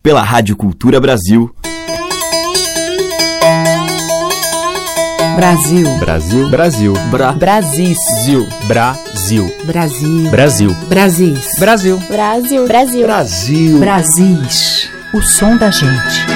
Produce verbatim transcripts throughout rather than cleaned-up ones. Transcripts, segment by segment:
pela Rádio Cultura Brasil. Brasil. Brasil. Brasil. Bra. Brasis. Zil. Brasil. Brasil. Brasil. Brasis. Brasil. Brasil. Brasil. Brasil. Brasis. O som da gente.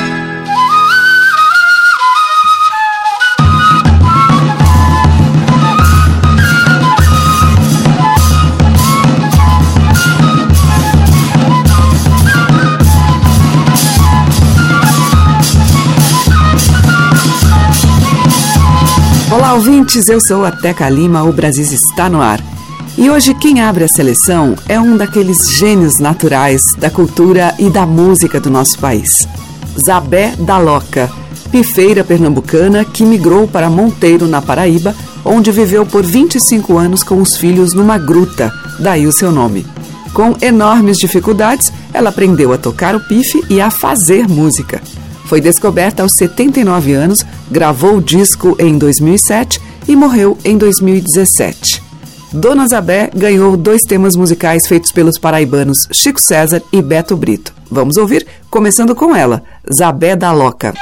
Olá, ouvintes, eu sou a Teca Lima, o Brasis está no ar. E hoje quem abre a seleção é um daqueles gênios naturais da cultura e da música do nosso país. Zabé da Loca, pifeira pernambucana que migrou para Monteiro, na Paraíba, onde viveu por vinte e cinco anos com os filhos numa gruta, daí o seu nome. Com enormes dificuldades, ela aprendeu a tocar o pife e a fazer música. Foi descoberta aos setenta e nove anos, gravou o disco em dois mil e sete e morreu em dois mil e dezessete. Dona Zabé ganhou dois temas musicais feitos pelos paraibanos Chico César e Beto Brito. Vamos ouvir, começando com ela, Zabé da Loca.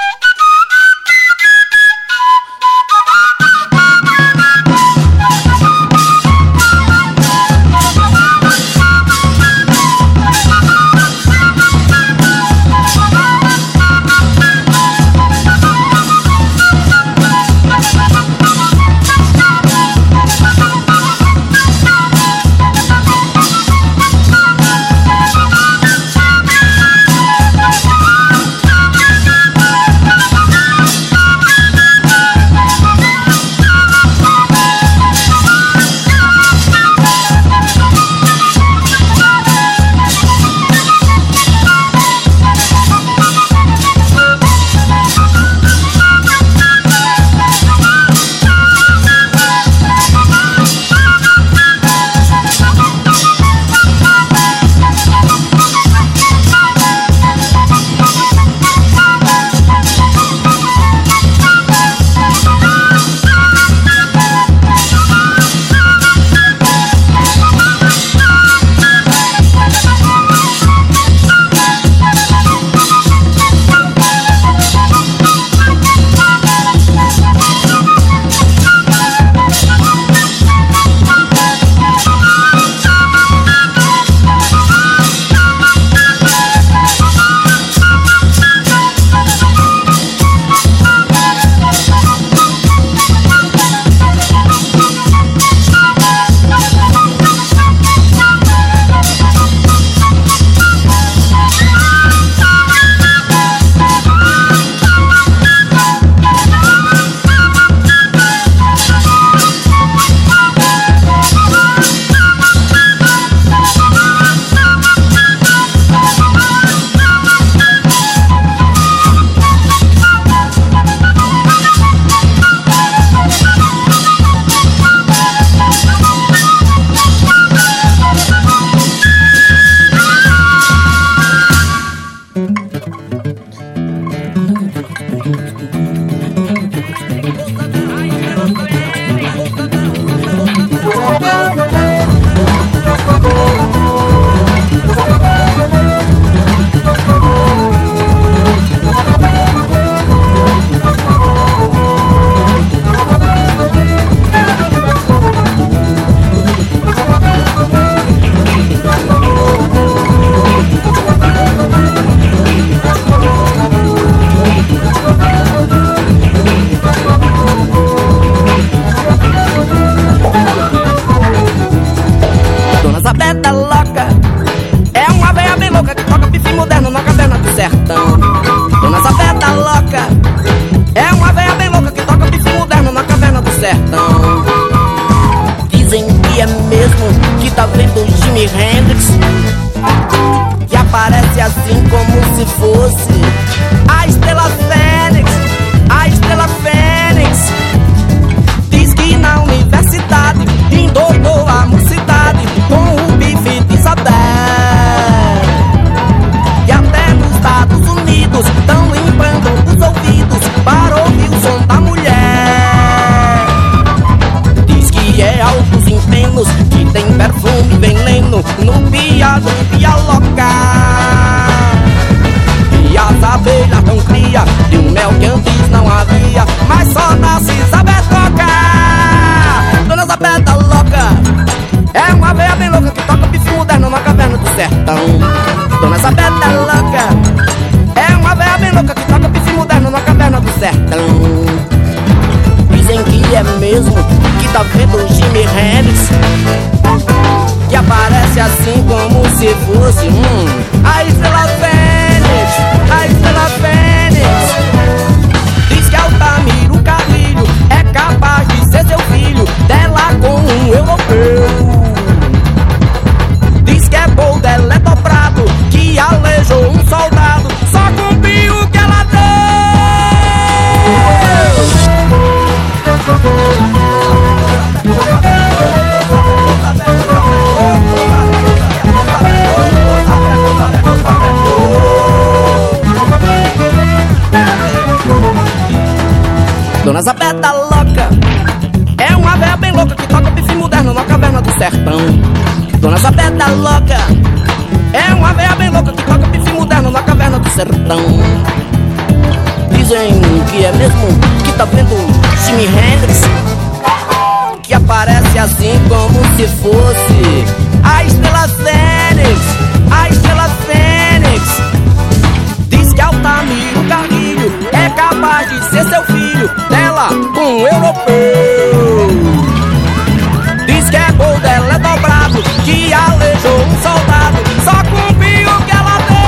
no piado e a loca. sertão. Dona Zabeta é louca, é uma véia bem louca que toca pife moderno na caverna do sertão. Dizem que é mesmo que tá vendo o Jimi Hendrix, que aparece assim como se fosse hum, a estrela Fênix, a estrela Fênix. Diz que Altamiro Carrilho é capaz de ser seu filho, dela com um europeu. Diz que é gol dela é dobrado, que aleijou um soldado, só cumpriu o que ela deu. Dona Zabeta louca, é uma véia bem louca que toca pife moderno na caverna do sertão. Dona Zabeta louca, é uma véia bem louca que toca pife moderno na caverna do sertão. Dizem que é mesmo que tá vendo Jimi Hendrix, que aparece assim como se fosse a estrela Fênix, a estrela Fênix. Diz que Altamiro Carrilho é capaz de ser seu filho, dela com um europeu. Diz que é gol dela é dobrado, que aleijou um soldado, só cumpriu o que ela deu.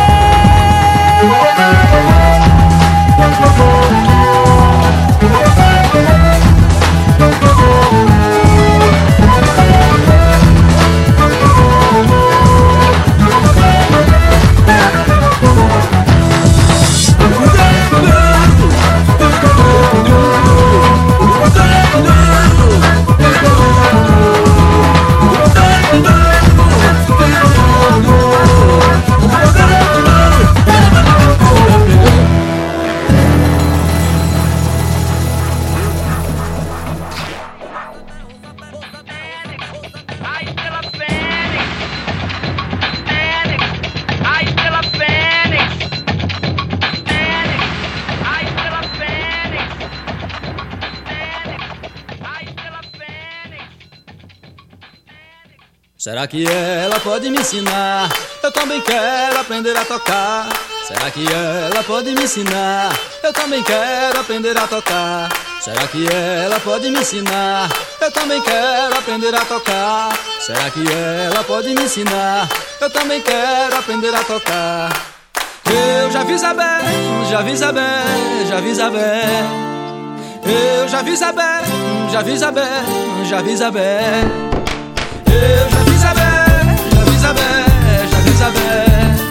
Será que ela pode me ensinar? Eu também quero aprender a tocar. Será que ela pode me ensinar? Eu também quero aprender a tocar. Será que ela pode me ensinar? Eu também quero aprender a tocar. Será que ela pode me ensinar? Eu também quero aprender a tocar. Eu já vi Zabé, já vi Zabé, já vi Zabé. Eu já vi Zabé, já vi Zabé, já vi Zabé. Eu já vi Zabé, já vi Zabé, já vi Zabé.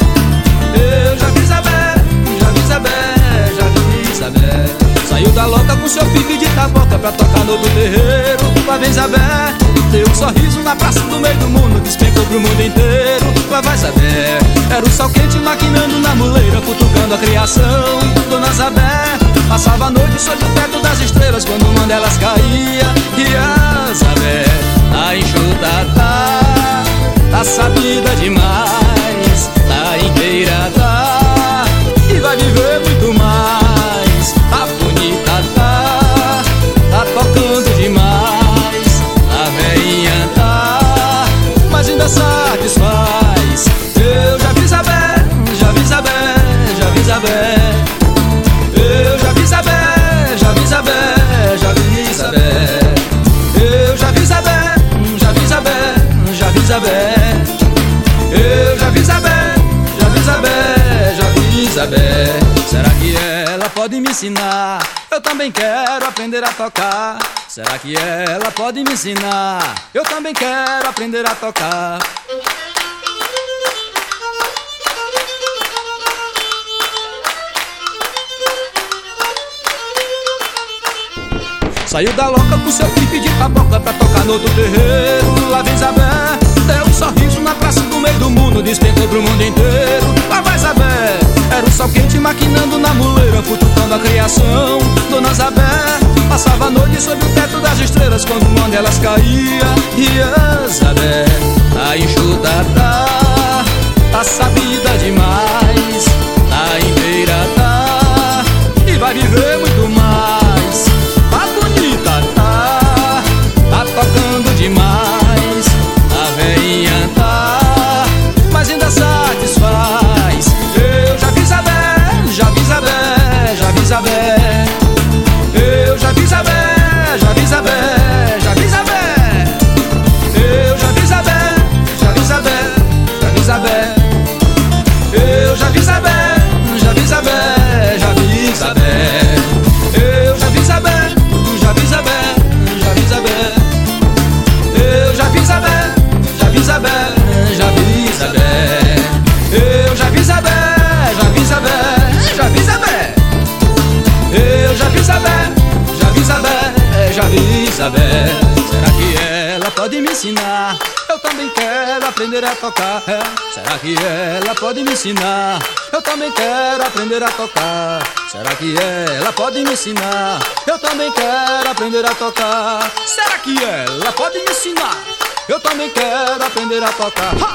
Eu já vi Zabé, já vi Zabé, já vi Zabé. Saiu da loca com seu pique de taboca pra tocar no do terreiro. Lá vem Zabé, deu um sorriso na praça do meio do mundo, despencou pro mundo inteiro. Lá vai Zabé, era o sol quente maquinando na muleira, cutucando a criação. Dona Zabé passava a noite sob o teto das estrelas quando uma delas caía. E a Zabé, a enxuta tá, tá sabida demais, tá inteira tá, e vai viver muito mais. A bonita tá, tá tocando demais, a velhinha tá, mas ainda satisfaz. Eu já vi Zabé, já vi Zabé, já vi Zabé. Eu já vi Zabé, já vi Zabé, já vi Zabé. Eu já vi Zabé, já vi Zabé, já vi Zabé. Eu já vi Zabé, já vi Zabé, já vi Zabé. Será que ela pode me ensinar? Eu também quero aprender a tocar. Será que ela pode me ensinar? Eu também quero aprender a tocar. Saiu da loca com seu pique de taboca pra tocar no outro terreiro. Lá vem Zabé, deu um sorriso na praça do meio do mundo, despencou pro mundo inteiro. Lá vai Zabé, era o sol quente maquinando na muleira, cutucando a criação. Dona Zabé passava a noite sob o teto das estrelas quando uma delas caía. E a Zabé, a enxuta tá, tá sabida demais, tá inteira tá, e vai viver muito mais. Tá tocando demais, a velhinha tá, me ensinar? Eu também quero aprender a tocar. É, será que ela pode me ensinar? Eu também quero aprender a tocar. Será que ela pode me ensinar? Eu também quero aprender a tocar. Será que ela pode me ensinar? Eu também quero aprender a tocar. Ha!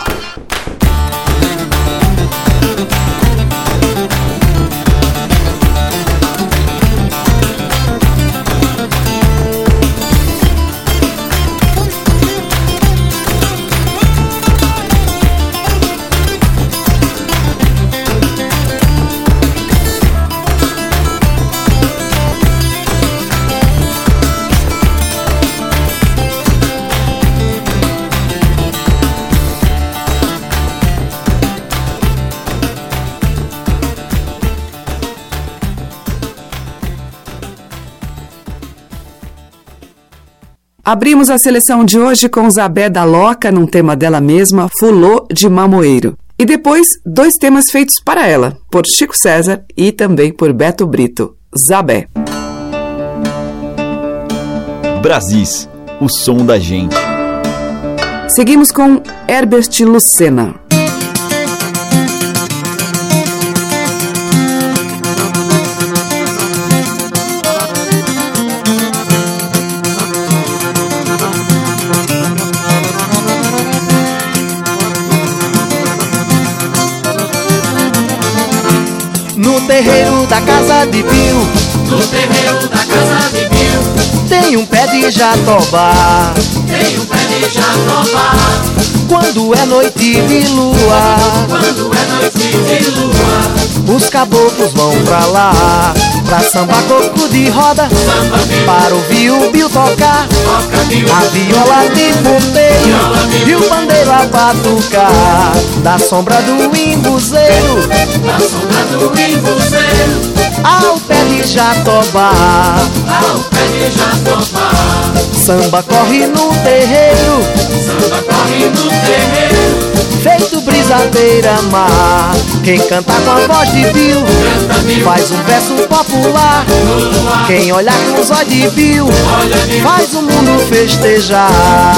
Abrimos a seleção de hoje com Zabé da Loca, num tema dela mesma, Fulô de Mamoeiro. E depois, dois temas feitos para ela, por Chico César e também por Beto Brito, Zabé. Brasis, o som da gente. Seguimos com Herbert Lucena. No terreiro da casa de Pio, no terreiro da casa de Pio, tem um pé de jatobá, tem um pé de jatobá. Quando é noite de lua, quando é noite de lua, os caboclos vão pra lá, pra sambar coco de roda, samba para ouvir o Bill tocar, toca Bill, a viola de ponteio e o pandeiro a batucar, da sombra do imbuzeiro, da sombra do imbuzeiro, ao pé de jatobá, ao pé de jatobá. Samba corre no terreiro, samba corre no terreiro, feito brisa beira-mar. Quem canta com a voz de Bill, canta Bill, faz um verso popular. no luar, Quem olhar com os olhos de Bill, olha Bill, faz o mundo festejar.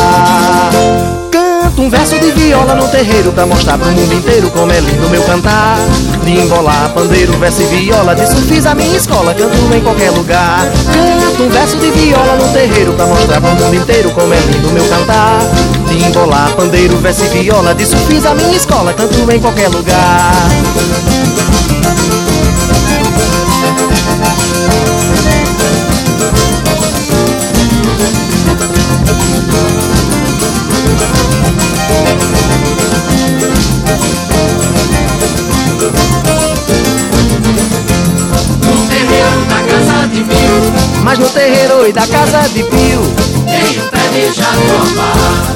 Canto um verso de viola no terreiro pra mostrar pro mundo inteiro como é lindo meu cantar. De embolar, pandeiro, verso e viola, disso fiz a minha escola, canto em qualquer lugar. Canto um verso de viola no terreiro pra mostrar pro mundo inteiro como é lindo meu cantar. De embolar, pandeiro, verso e viola, disso fiz a minha escola, canto em qualquer lugar. Mas no terreiro e da casa de Pio tem um pé de jatobá,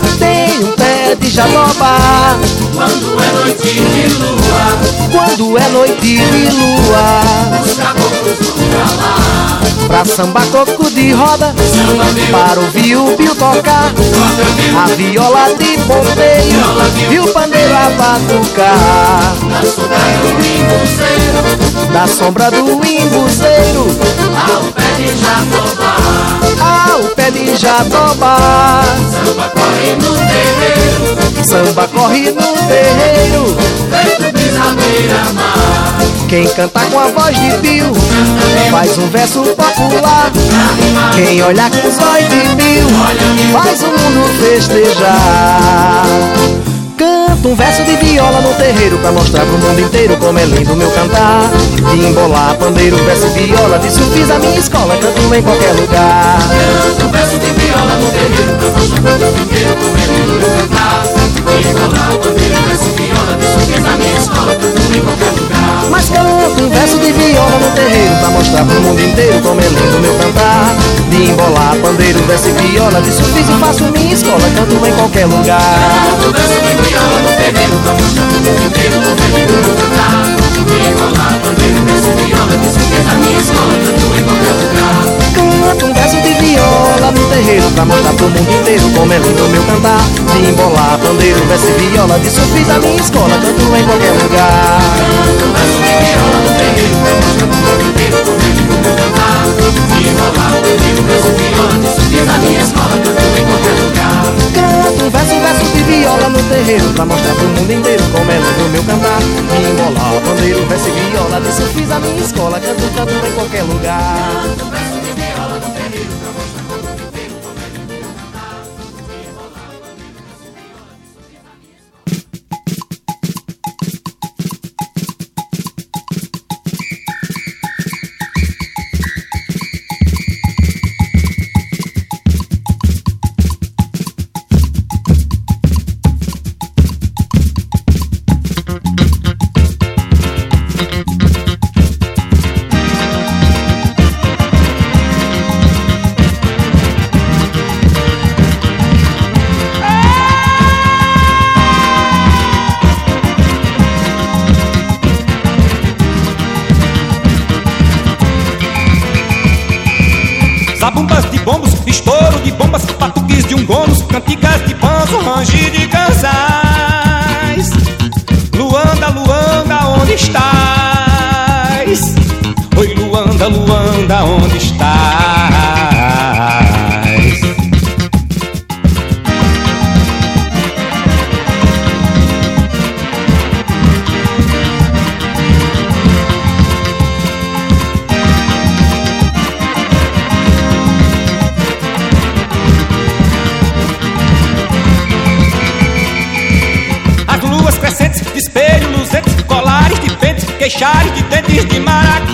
tem um pé de jatobá. quando é noite de lua, Quando é noite de lua, os caboclos vão pra lá, pra sambar coco de roda, samba Bill, para ouvir o Bill tocar, toca Bill, a viola de ponteio e o pandeiro a batucar, da sombra do imbuzeiro, da sombra do imbuzeiro, ao pé de jatobá. ao pé de jatobá. Samba corre no terreiro, Samba corre no terreiro, feito brisa beira-mar. quem canta com a voz de Bill, faz um verso popular. Quem olhar com os olhos de Bill, faz o mundo festejar. Canto um verso de viola no terreiro pra mostrar pro mundo inteiro como é lindo meu cantar. De embolar, pandeiro, verso e viola, disso fiz a minha escola, canto em qualquer lugar. Canto um verso de viola no terreiro pra mostrar pro mundo inteiro como é lindo meu cantar. De embolar, pandeiro, verso e viola, disso fiz a minha escola, canto em qualquer lugar. Mas canto um verso de viola no terreiro pra mostrar pro mundo inteiro como é lindo meu cantar. De embolar, pandeiro, verso e viola, disso fiz e faço minha escola, canto em qualquer lugar. Canto um verso de viola no terreiro pra mostrar pro mundo inteiro como é lindo meu cantar. De embolar, pandeiro, verso e viola, disso fiz a minha escola, canto em qualquer lugar. Canto um verso de viola no terreiro pra mostrar pro mundo inteiro como é lindo meu cantar. De embolar, pandeiro, verso e viola, disso fiz a minha escola, canto em qualquer lugar. Canto um verso de viola no terreiro pra mostrar pro mundo inteiro como é lindo meu cantar. De embolar, pandeiro, verso e viola, disso fiz a minha escola, canto em qualquer lugar. Canto da minha escola, canto, canto em qualquer lugar. Zabumbas de bombos, estouro de bombas, patuguis de um gomos, cantigas de banzo, range de gansais. Luanda, Luanda, onde estás? Oi, Luanda, Luanda, onde estás? De espelho, luzentes, colares de pentes, queixares de dentes de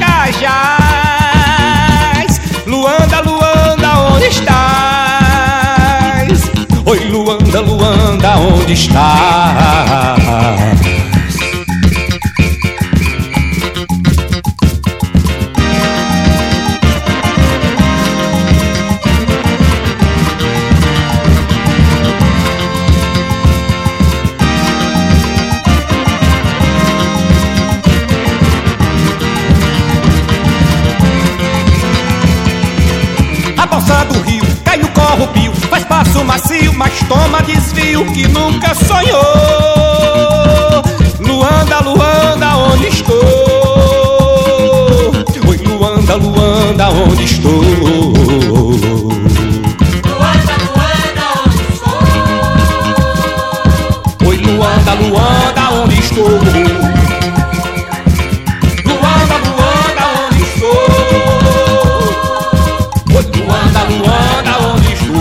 maracajás. Luanda, Luanda, onde estás? Oi, Luanda, Luanda, onde estás? Do rio, cai no corrupio, faz passo macio, mas toma desvio que nunca sonhou. Luanda, Luanda, onde estou? Oi, Luanda, Luanda, onde estou? Luanda, Luanda, onde estou? Oi, Luanda, Luanda, onde estou? Luanda, Luanda, onde estou? Luanda, Luanda, onde estou?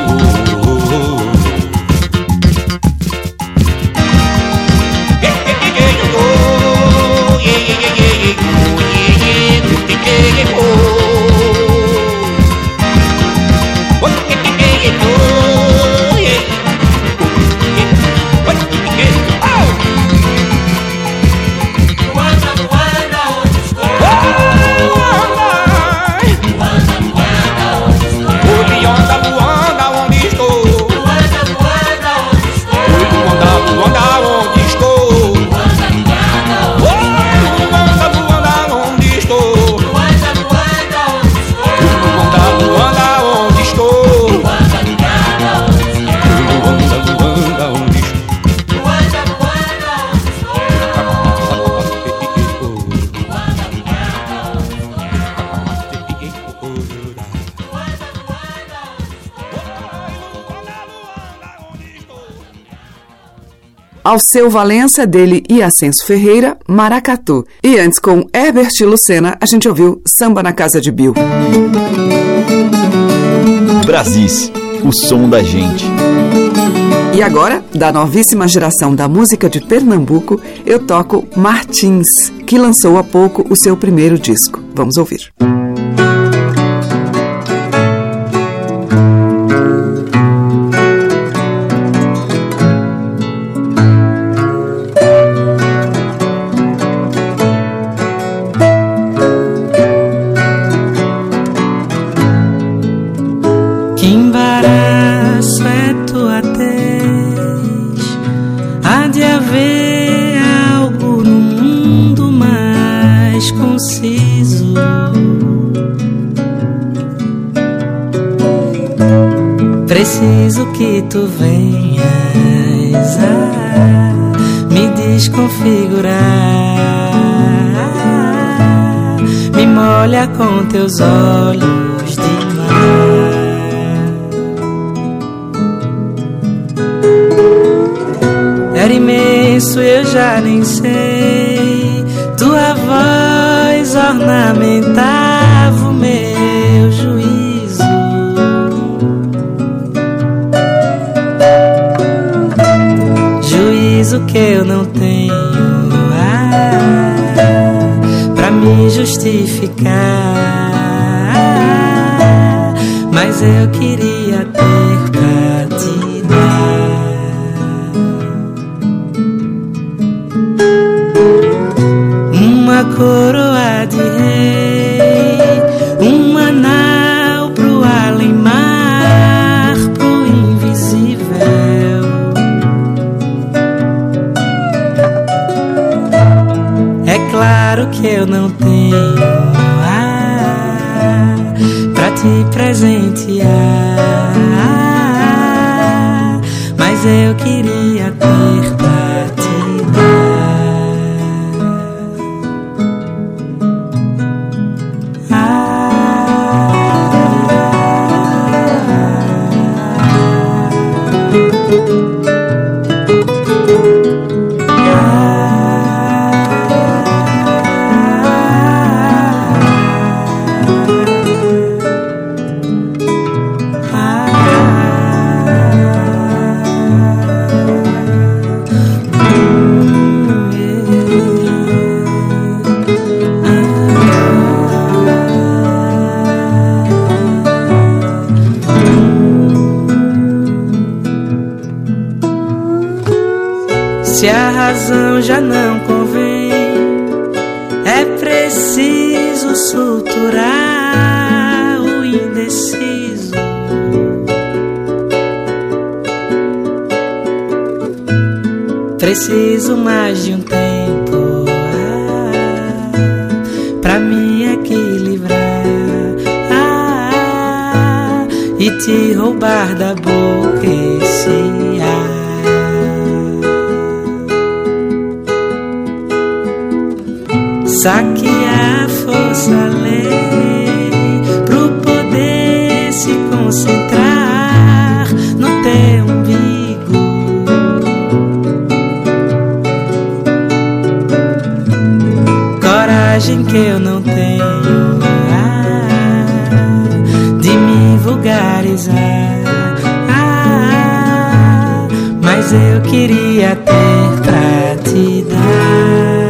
Alceu Valença, dele e Ascenso Ferreira, Maracatu. E antes, com Herbert e Lucena, a gente ouviu Samba na Casa de Bill. Brasis, o som da gente. E agora, da novíssima geração da música de Pernambuco, eu toco Martins, que lançou há pouco o seu primeiro disco. Vamos ouvir. Preciso que tu venhas a me desconfigurar, me molha com teus olhos de mar. Era imenso, eu já nem sei, tua voz ornamentava o meu juízo. Juízo que eu não tenho ah, pra me justificar, mas eu queria ter pra te dar uma coroa de rei, um anel pro além-mar, pro invisível. É claro que eu não tenho ah, pra te presentear, mas eu queria ter pra te dar se a razão já não convém, é preciso suturar o indeciso. Preciso mais de um tempo ah, pra me equilibrar ah, e te roubar da boca esse ar. Saquear a força lei pro poder se concentrar no teu umbigo. Coragem que eu não tenho ah, de me vulgarizar ah, mas eu queria ter pra te dar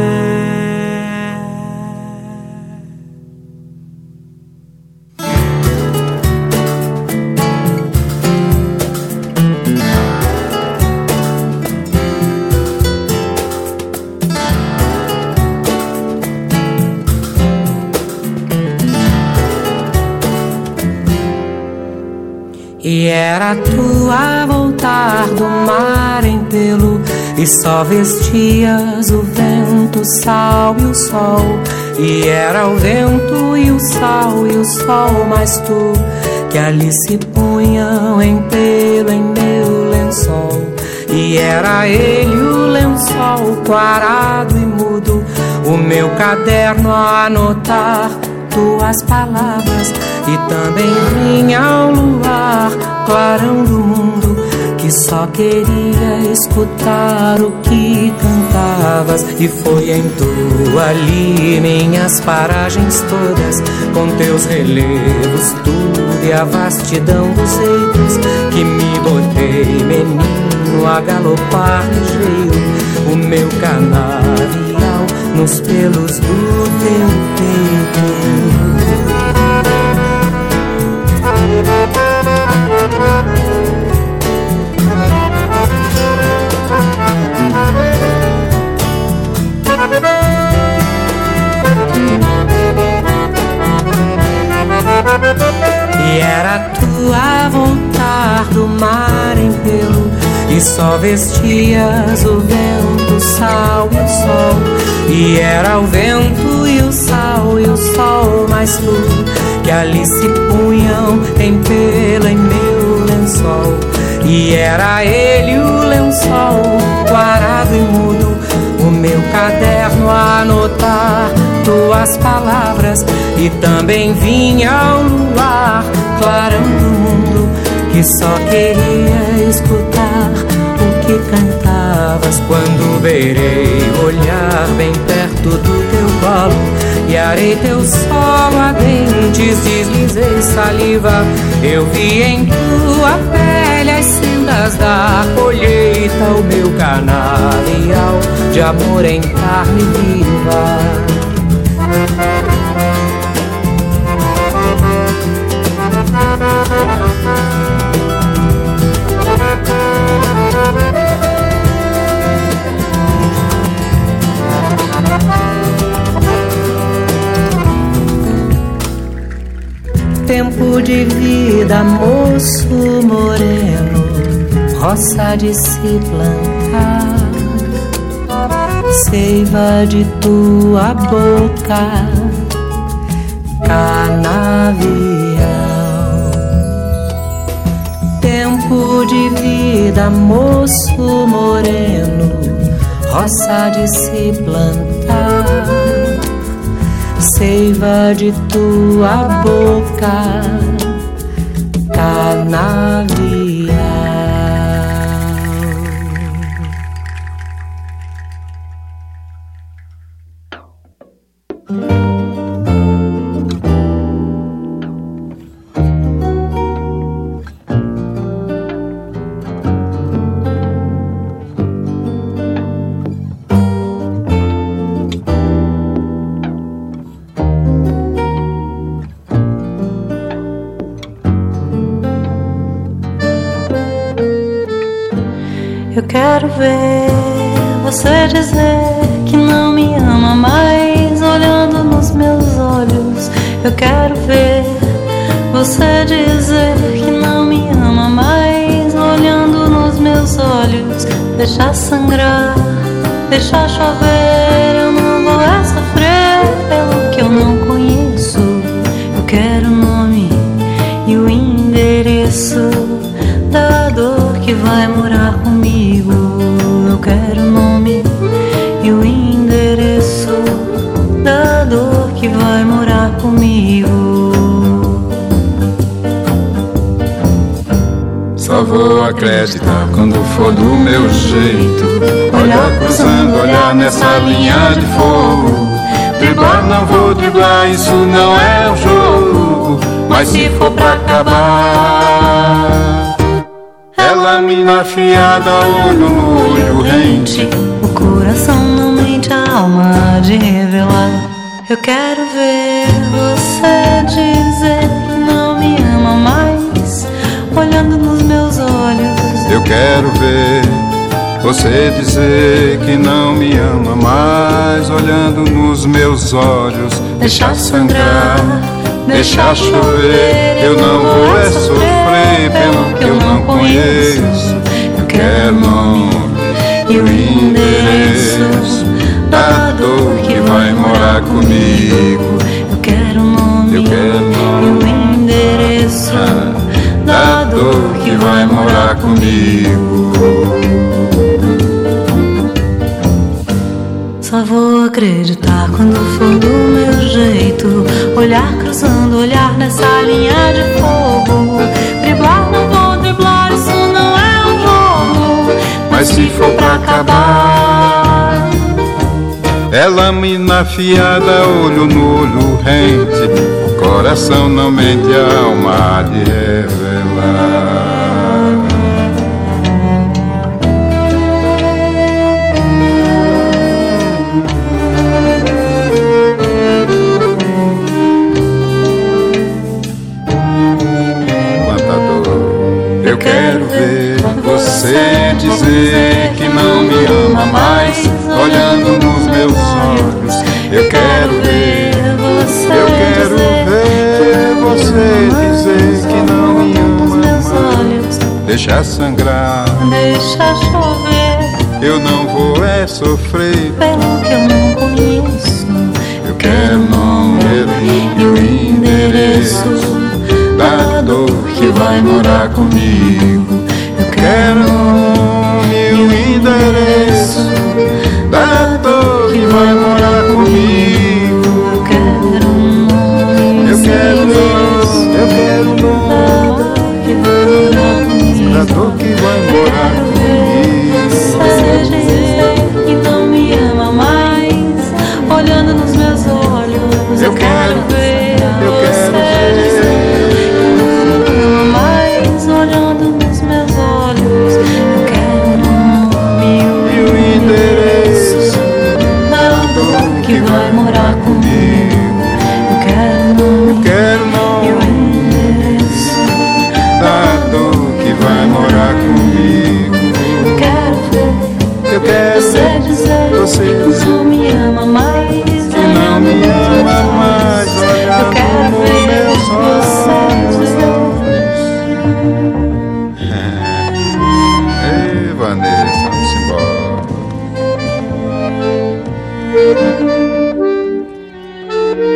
E era tu a voltar do mar em pelo, e só vestias o vento, o sal e o sol. E era o vento e o sal e o sol, mas tu que ali se punham em pelo em meu lençol. E era ele o lençol quarado e mudo, o meu caderno a anotar tuas palavras. E também vinha ao luar, clarão do mundo, que só queria escutar o que cantavas. E foi em tu ali minhas paragens todas, com teus relevos tudo e a vastidão dos eidos, que me botei menino a galopar ligeiro, o meu canavial nos pelos do teu peito. E era tu a voltar do mar em pelo, e só vestias o vento, o sal e o sol. E era o vento e o sal e o sol, mas tu que ali se punham em pelo em meu lençol. E era ele o lençol quarado e mudo, o meu caderno a anotar tuas palavras. E também vinha ao luar, clarão do mundo, que só queria escutar o que cantavas quando beirei o olhar bem perto do teu colo e arei teu solo a dentes, deslizei saliva. Eu vi em tua pele as sendas da colheita, o meu canavial de amor em carne viva. Tempo de vida, moço moreno, roça de se plantar, seiva de tua boca, canavial. Tempo de vida, moço moreno, roça de se plantar, seiva de tua boca, canavial. Eu quero ver você dizer que não me ama mais, olhando nos meus olhos. Eu quero ver você dizer que não me ama mais, olhando nos meus olhos. Deixar sangrar, deixar chover, eu não vou é sofrer pelo que eu não conheço. Eu quero o nome e o endereço da dor que vai morar comigo. Eu quero o nome e o endereço da dor que vai morar comigo. Só vou acreditar quando for do meu jeito. Olhar cruzando, olhar nessa linha de fogo. Driblar não vou driblar, isso não é um jogo. Mas se for pra acabar, ela mina afiada, olho no olho rente. O coração não mente, a alma há de revelar. Eu quero ver você dizer que não me ama mais, olhando nos meus olhos. Eu quero ver você dizer que não me ama mais, olhando nos meus olhos. Deixar sangrar, deixar chover, eu não vou é sofrer pelo que eu não conheço. Eu quero o nome e o endereço da dor que vai morar comigo. Eu quero o nome, eu quero nome e o endereço da dor que vai morar comigo. Só vou acreditar quando for do meu jeito. Olhar cruzando, olhar nessa linha de fogo. Driblar não vou driblar, isso não é um jogo. Mas se for pra acabar, ela mina afiada, olho no olho rente. O coração não mente, a alma há de revelar. Eu quero ver você dizer que não me ama mais, olhando nos meus olhos. Eu quero ver, eu quero ver você dizer que não me ama mais. Deixar sangrar, deixar chover, eu não vou é sofrer pelo que eu não conheço. Eu quero o nome e o endereço da dor que vai morar comigo. Eu quero o nome e o endereço da dor que vai morar comigo. Eu quero o nome, eu quero o nome, eu quero o nome que vai morar comigo. Da dor que vai morar comigo.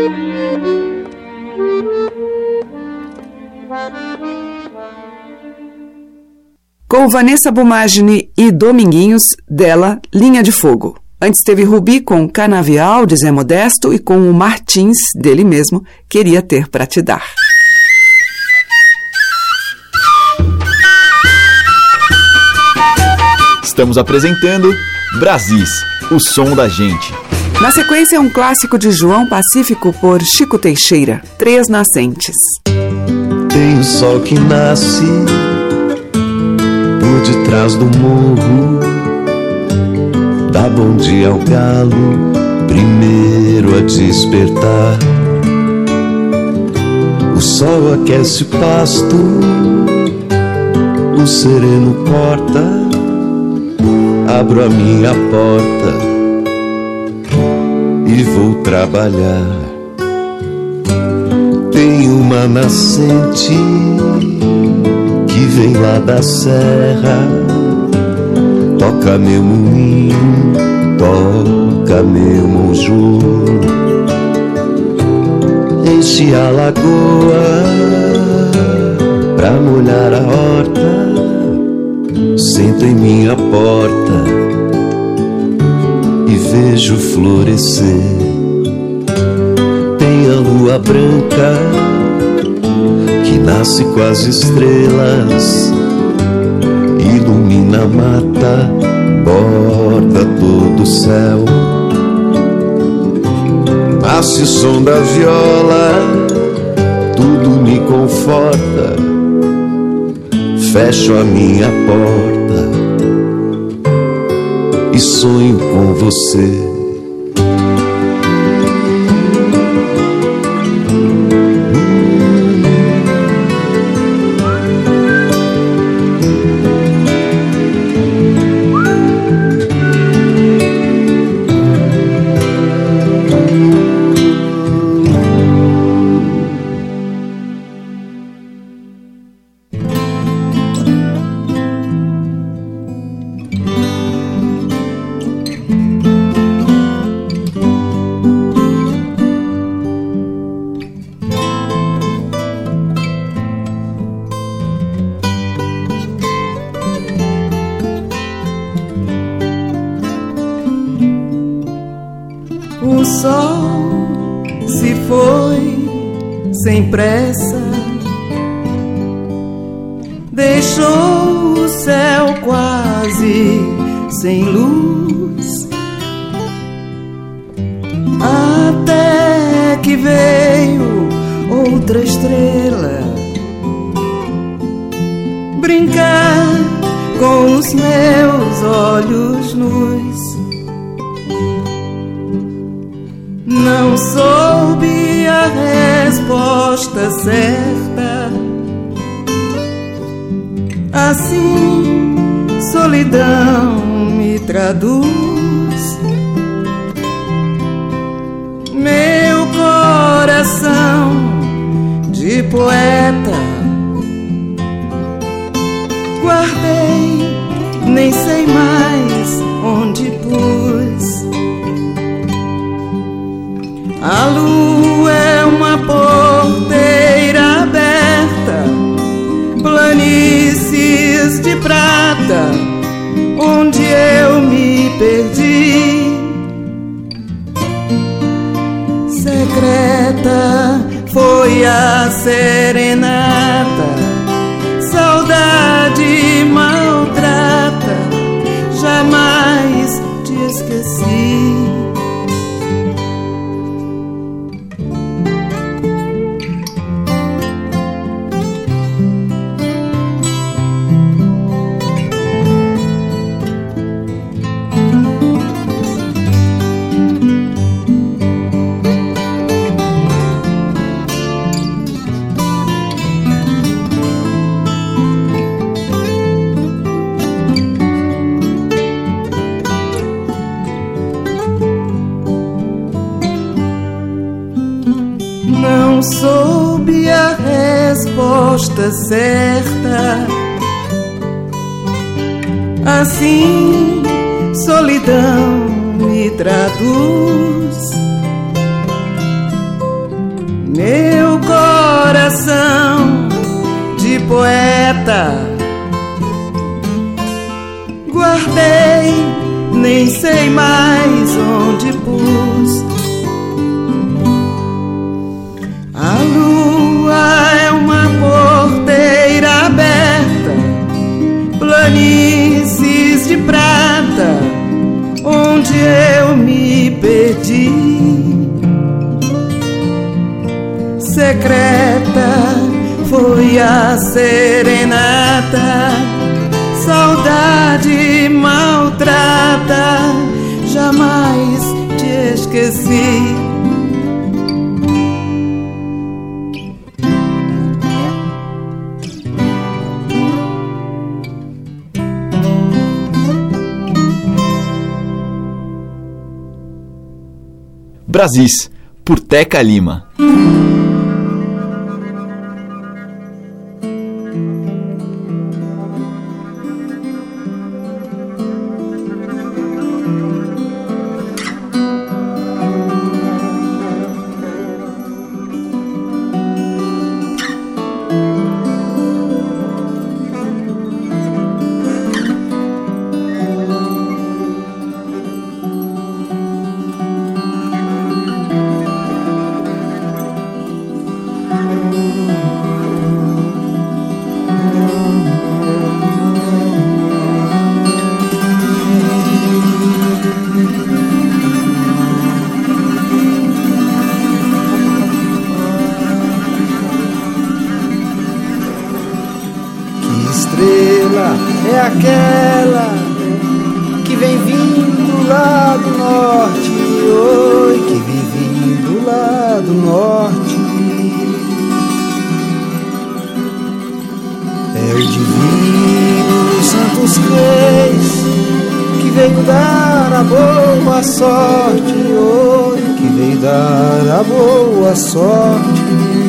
Com Vanessa Bumagini e Dominguinhos, dela, Linha de Fogo. Antes teve Rubi com Canavial, de Zé Modesto, e com o Martins, dele mesmo, Queria Ter Pra Te Dar. Estamos apresentando Brasis, o som da gente. Na sequência, um clássico de João Pacífico por Chico Teixeira, Três Nascentes. Tem o sol que nasce por detrás do morro, dá bom dia ao galo, primeiro a despertar. O sol aquece o pasto, o sereno corta, abro a minha porta e vou trabalhar. Tem uma nascente que vem lá da serra, toca meu moinho, toca meu monjolo, enche a lagoa pra molhar a horta, sento em minha porta e vejo florescer. Tem a lua branca que nasce com as estrelas, ilumina a mata, borda todo o céu. Nasce o som da viola, tudo me conforta, fecho a minha porta e sonho com você. O sol se foi sem pressa, deixou o céu quase sem luz, até que veio outra estrela brincar com os meus olhos nus. Não soube a resposta certa, assim solidão me traduz. Meu coração de poeta guardei, nem sei mais onde pus. A lua é uma porteira aberta, planícies de prata, onde eu me perdi. Secreta foi a serenata, saudade maltrata, jamais te esqueci. Não soube a resposta certa, assim solidão me traduz. meu coração de poeta guardei, nem sei mais onde pus. A lua é uma porteira aberta, planícies de prata, onde eu me perdi. Secreta foi a serenata, saudade maltrata, jamais te esqueci. Brasis, por Teca Lima. É aquela que vem vindo lá do norte, oi, que vem vindo lá do norte. É o divino Santos Reis que veio dar a boa sorte, oi, que veio dar a boa sorte.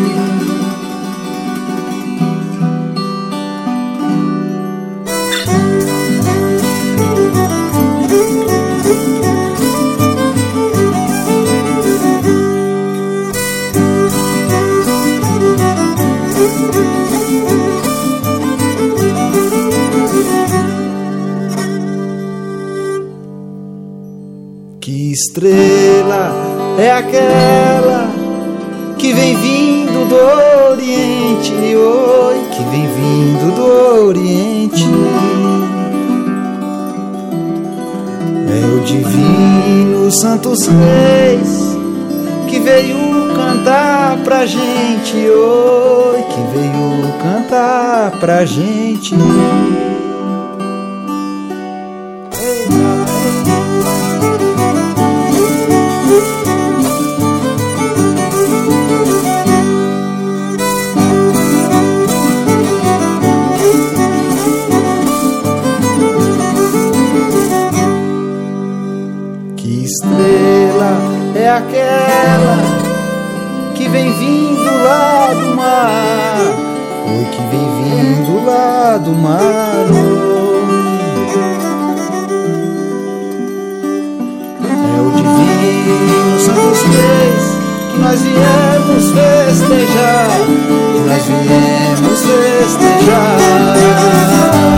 Que estrela é aquela que vem vindo do Oriente, oi, que vem vindo do Oriente. É o divino Santos Reis que veio cantar pra gente, oi, que veio cantar pra gente. É aquela que vem vindo lá do mar, oi, que vem vindo lá do mar, é o divino Santos Reis que nós viemos festejar, que nós viemos festejar.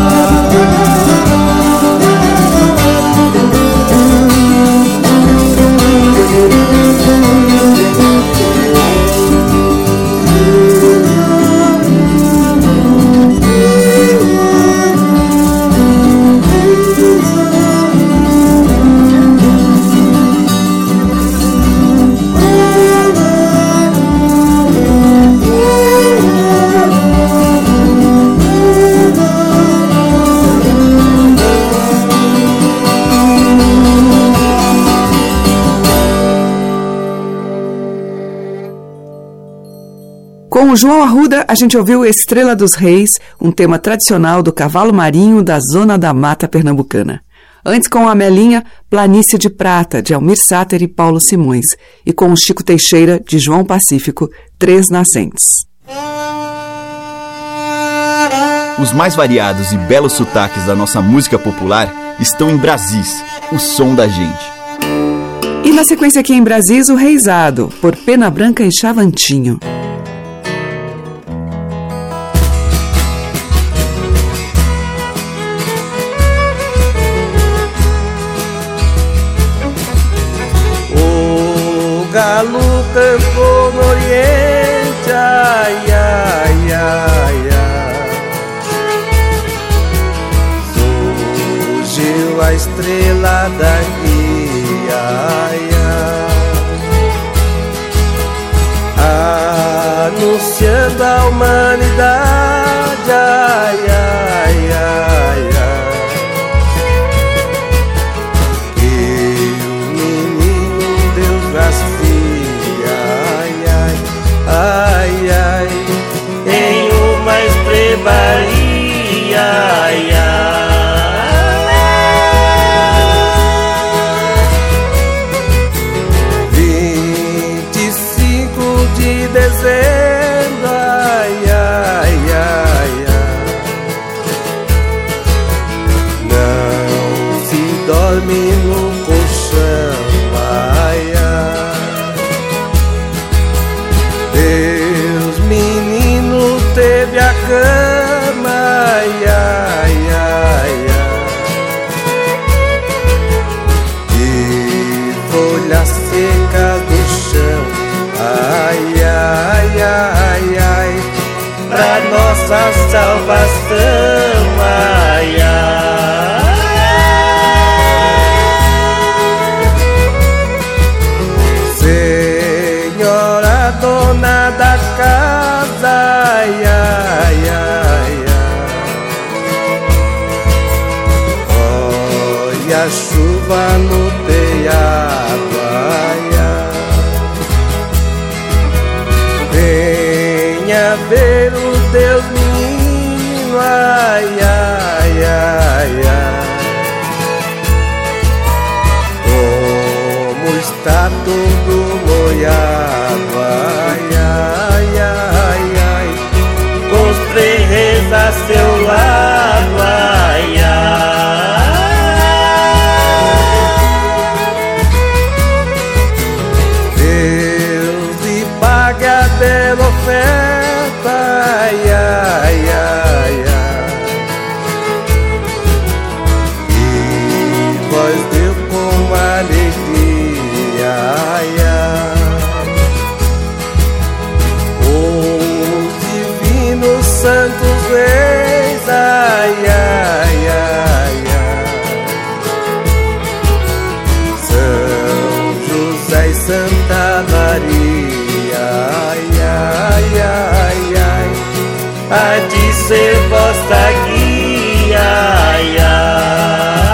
Com o João Arruda, a gente ouviu Estrela dos Reis, um tema tradicional do cavalo marinho da Zona da Mata Pernambucana. Antes, com a Melinha, Planície de Prata, de Almir Sater e Paulo Simões. E com o Chico Teixeira, de João Pacífico, Três Nascentes. Os mais variados e belos sotaques da nossa música popular estão em Brasis, o som da gente. E na sequência aqui em Brasis, o Reisado, por Pena Branca e Chavantinho. O galo cantou no oriente, ai, ai, ai, ai. Surgiu a estrela daqui, ai, ai, anunciando a humanidade, ai, ai, ai, ai, que o menino Deus nascia, ai, ai, ai, ai, em uma estrebaria, ai, ai. Dezembro, ai, ai, ai, ai. Não se dorme no colchão, ai, ai. Deus, menino, teve a cama, ai, ai, ai, ai. E folhas secas do chão, ai, ai, ai, ai, pra nossa salvação, ai, ai. Senhora dona da casa, ai, ai, ai, ai. Olha a chuva no telhado, ai, ai. Venha ver o Deus menino, ai, ai, ai, ai. Como está todo molhado, ai, ai, ai, ai. Com os três reis a seu lado, ai, ai. Deus lhe pague a bela oferta, ai, ai, ai, ai. E vós deu com alegria, ai, ai. Os divinos santos reis, ai, ai, ai, ai. São José e Santa Maria, ai, ai, ai, ai, há de ser vossa guia, ai, ai.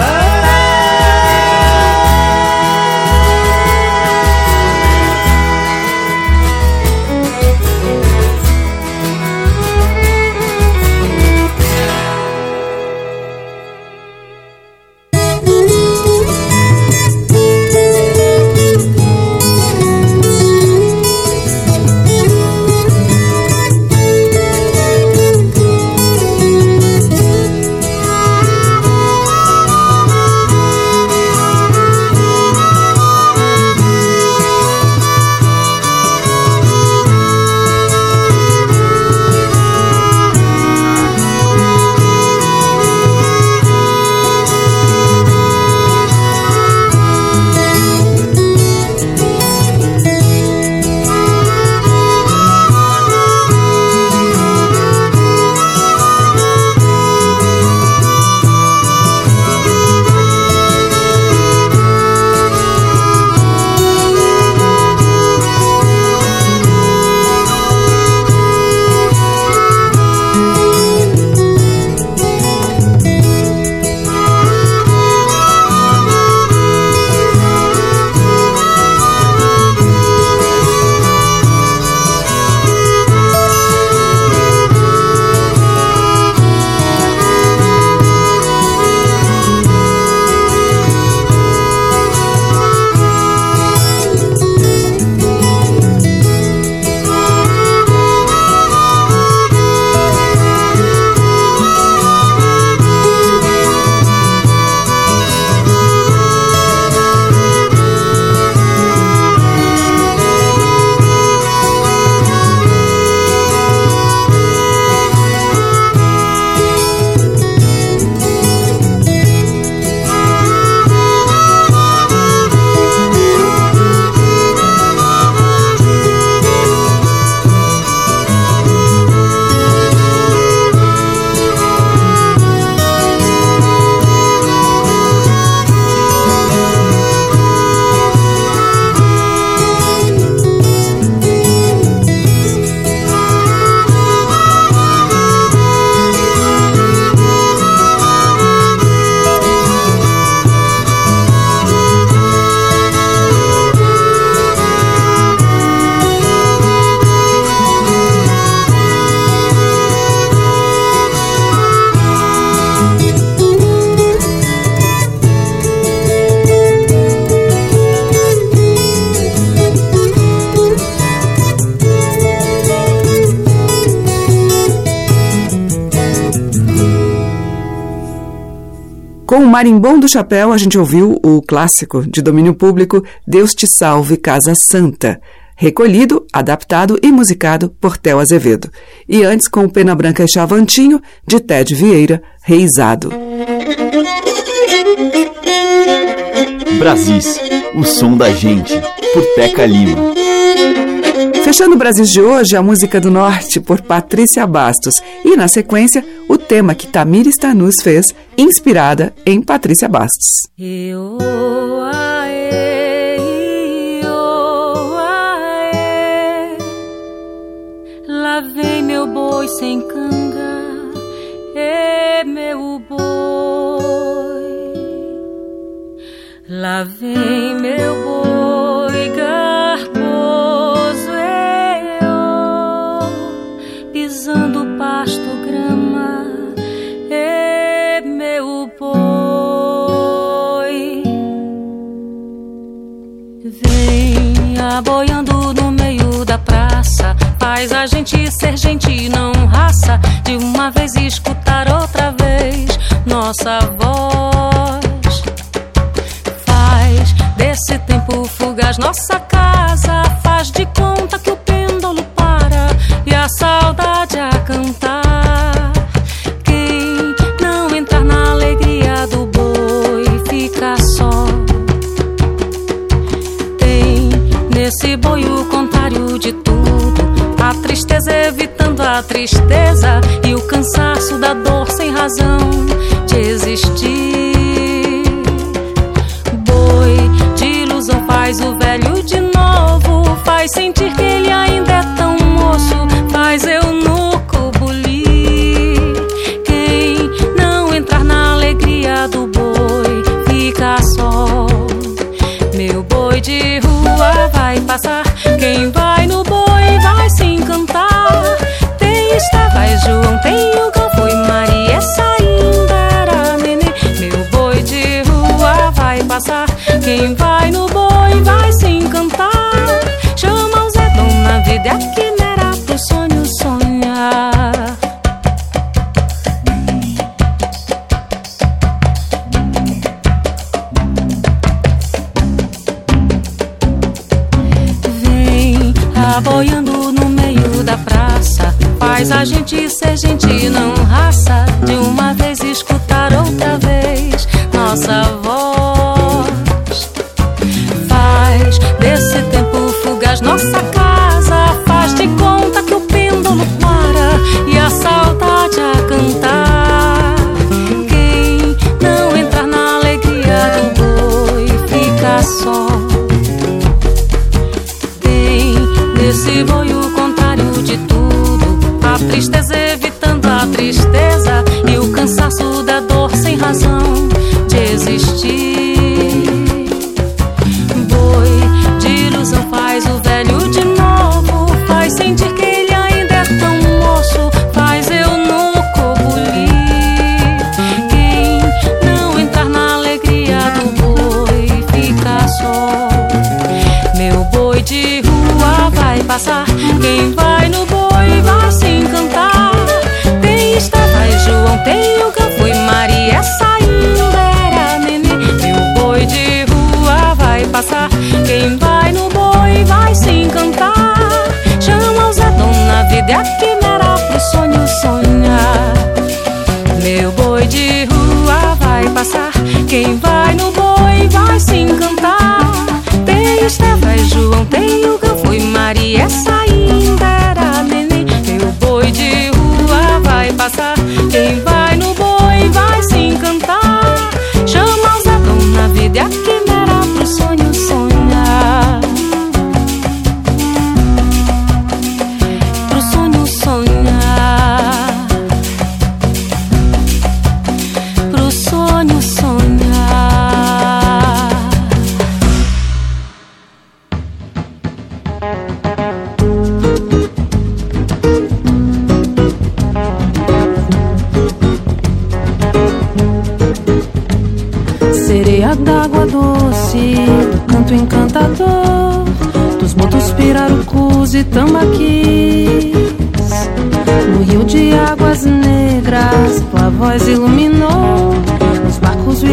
Com o Marimbom do Chapéu, a gente ouviu o clássico de domínio público Deus Te Salve, Casa Santa, recolhido, adaptado e musicado por Theo Azevedo. E antes, com Pena Branca e Chavantinho, de Ted Vieira, Reisado. Brasis, o som da gente, por Teca Lima. Fechando o Brasis de hoje, a música do Norte, por Patrícia Bastos. E, na sequência, o tema que Tamires Tanus fez, inspirada em Patrícia Bastos. Eu, aê, eu, aê. Lá vem meu boi sem canga, é meu boi. Lá vem meu boi garboso, eu, pisando pasto, grama, é meu boi. Vem aboiando no meio da praça, faz a gente ser gente, não raça. De uma vez escutar outra vez nossa voz. Faz desse tempo fugaz nossa casa, faz de conta que o pêndulo para e a saudade a cantar. Quem não entrar na alegria do boi fica só. Tem nesse boi o contrário de tudo, a tristeza evitando a tristeza e o cansaço da dor sem razão de existir. Boi de ilusão faz o velho de novo, faz sentir que ele ainda é tão moço, faz eunuco bulir. Quem não entrar na alegria do boi fica só. Meu boi de rua vai passar, quem vai no boi vai se encantar. Tem Estevas, João, tem o Galfo e Maria, essa ainda era neném. Meu boi de rua vai passar, quem vai no boi vai se encantar. Chama o Zé Dom na vida, é a quimera pro sonho sonhar. Vem aboiando no meio da praça, faz a gente ser gente, não raça. De uma vez escutar outra vez nossa voz. Faz desse tempo fugaz nossa casa, faz de conta que o pêndulo para e a saudade a cantar. Quem não entrar na alegria do boi fica só. Tem nesse boi o contrário de tudo, a tristeza evitando a tristeza e o cansaço da dor sem razão de existir. Boi de ilusão faz o velho de novo, faz sentir que ele ainda é tão moço, faz eunuco bulir. Quem não entrar na alegria do boi fica só. Meu boi de rua vai passar, quem vai no boi vai se encantar. Tem Estevas, João, tem o Galfo e Maria, essa ainda era neném. Meu boi de rua vai passar, quem vai no boi vai se encantar. Chama o Zé Dom na vida, é a quimera pro sonho sonhar. Meu boi de rua vai passar, quem vai no boi vai se encantar. Tem Estevas, João, tem o Galfo e Maria, essa ainda era neném. Meu boi de rua vai passar, quem vai no boi vai se encantar. Chama o Zé Dom na vida, é a quimera pro sonho sonhar. Pro sonho sonhar. Pro sonho sonhar. Sereia d'água doce, do canto encantador dos botos, pirarucus e tambaquis. No rio de águas negras, tua voz iluminou os barcos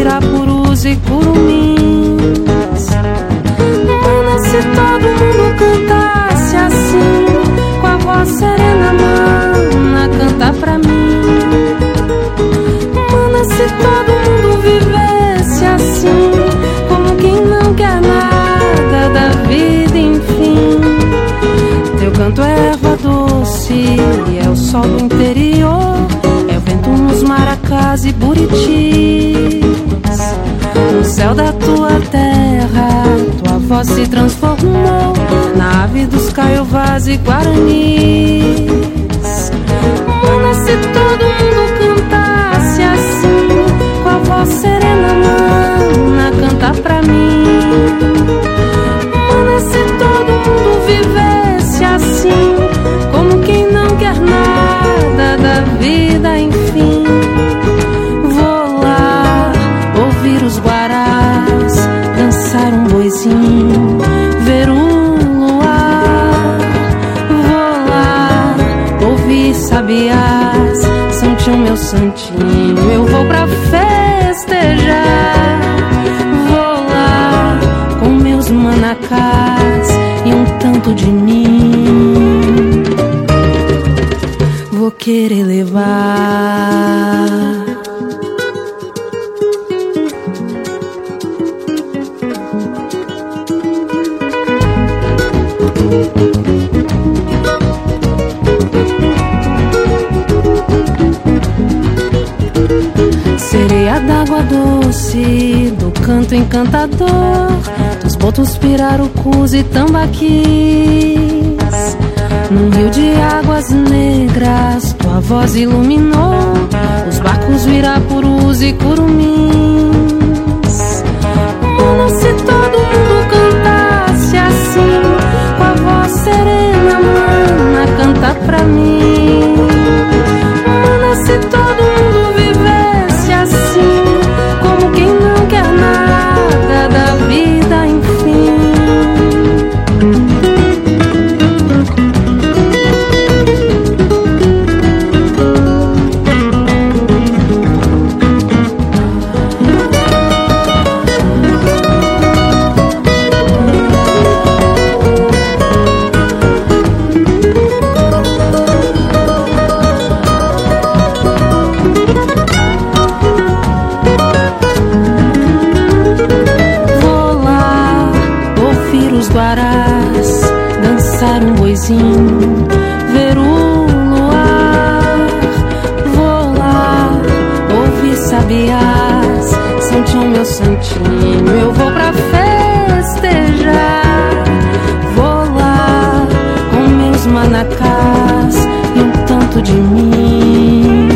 curumins. Mana, se todo mundo cantasse assim, com a voz serena, mana, canta pra mim. Mana, se todo mundo vivesse assim, como quem não quer nada da vida, enfim. Teu canto é erva doce, é o sol do interior, é o vento nos maracás e buritis. No céu da tua terra, tua voz se transformou na ave dos caiovás e guaranis. Mana, se todo mundo cantasse assim, com a voz serena, mana, canta pra mim. Mana, se todo mundo vivesse assim, como quem não quer nada da vida, enfim. Vou lá ouvir os guarás, dançar um boizinho, ver o luar. Vou lá ouvir sabiás, santinho, meu santinho, eu vou pra festejar. Vou lá com meus manacás e um tanto de ninho, vou querer levar. Sereia d'água doce, do canto encantador, dos botos, pirarucus e tambaquis. Num rio de águas negras, tua voz iluminou os barcos, virapurus e curumins. Mana, se todo mundo cantasse assim, com a voz serena, mana, canta pra mim. Mana, se todo mundo vivesse assim, como quem não quer nada da vida, enfim. Dançar um boizinho, ver o luar. Vou lá ouvir sabiás, santinho, meu santinho, eu vou pra festejar. Vou lá com meus manacás e um tanto de mim,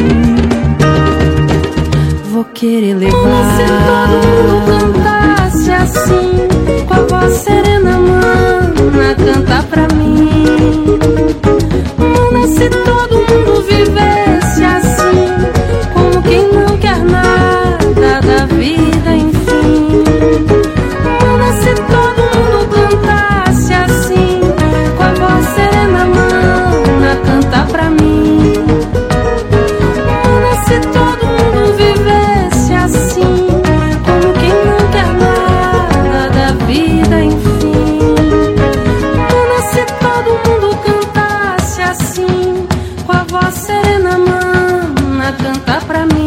vou querer levar. Se todo mundo cantasse assim, com a voz serena, mana, canta pra mim. Mana, se todo mundo vivesse assim, como quem não quer nada da vida, enfim. Mana, se todo mundo cantasse assim, com a voz serena, mana, canta pra mim. Mana, se todo mundo vivesse assim, como quem não quer nada da vida, enfim. Mana, se todo mundo cantasse assim, com a voz serena, mana, canta pra mim.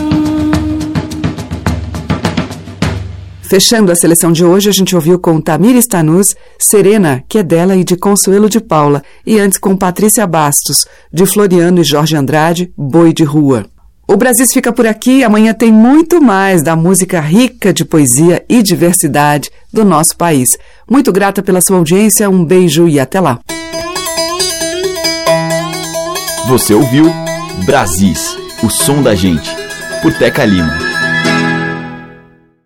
Fechando a seleção de hoje, a gente ouviu com Tamires Tanus, Serena, que é dela e de Consuelo de Paula, e antes com Patrícia Bastos, de Floriano e Jorge Andrade, Boi de Rua. O Brasis fica por aqui, amanhã tem muito mais da música rica de poesia e diversidade do nosso país. Muito grata pela sua audiência, um beijo e até lá. Você ouviu Brasis, o som da gente, por Teca Lima.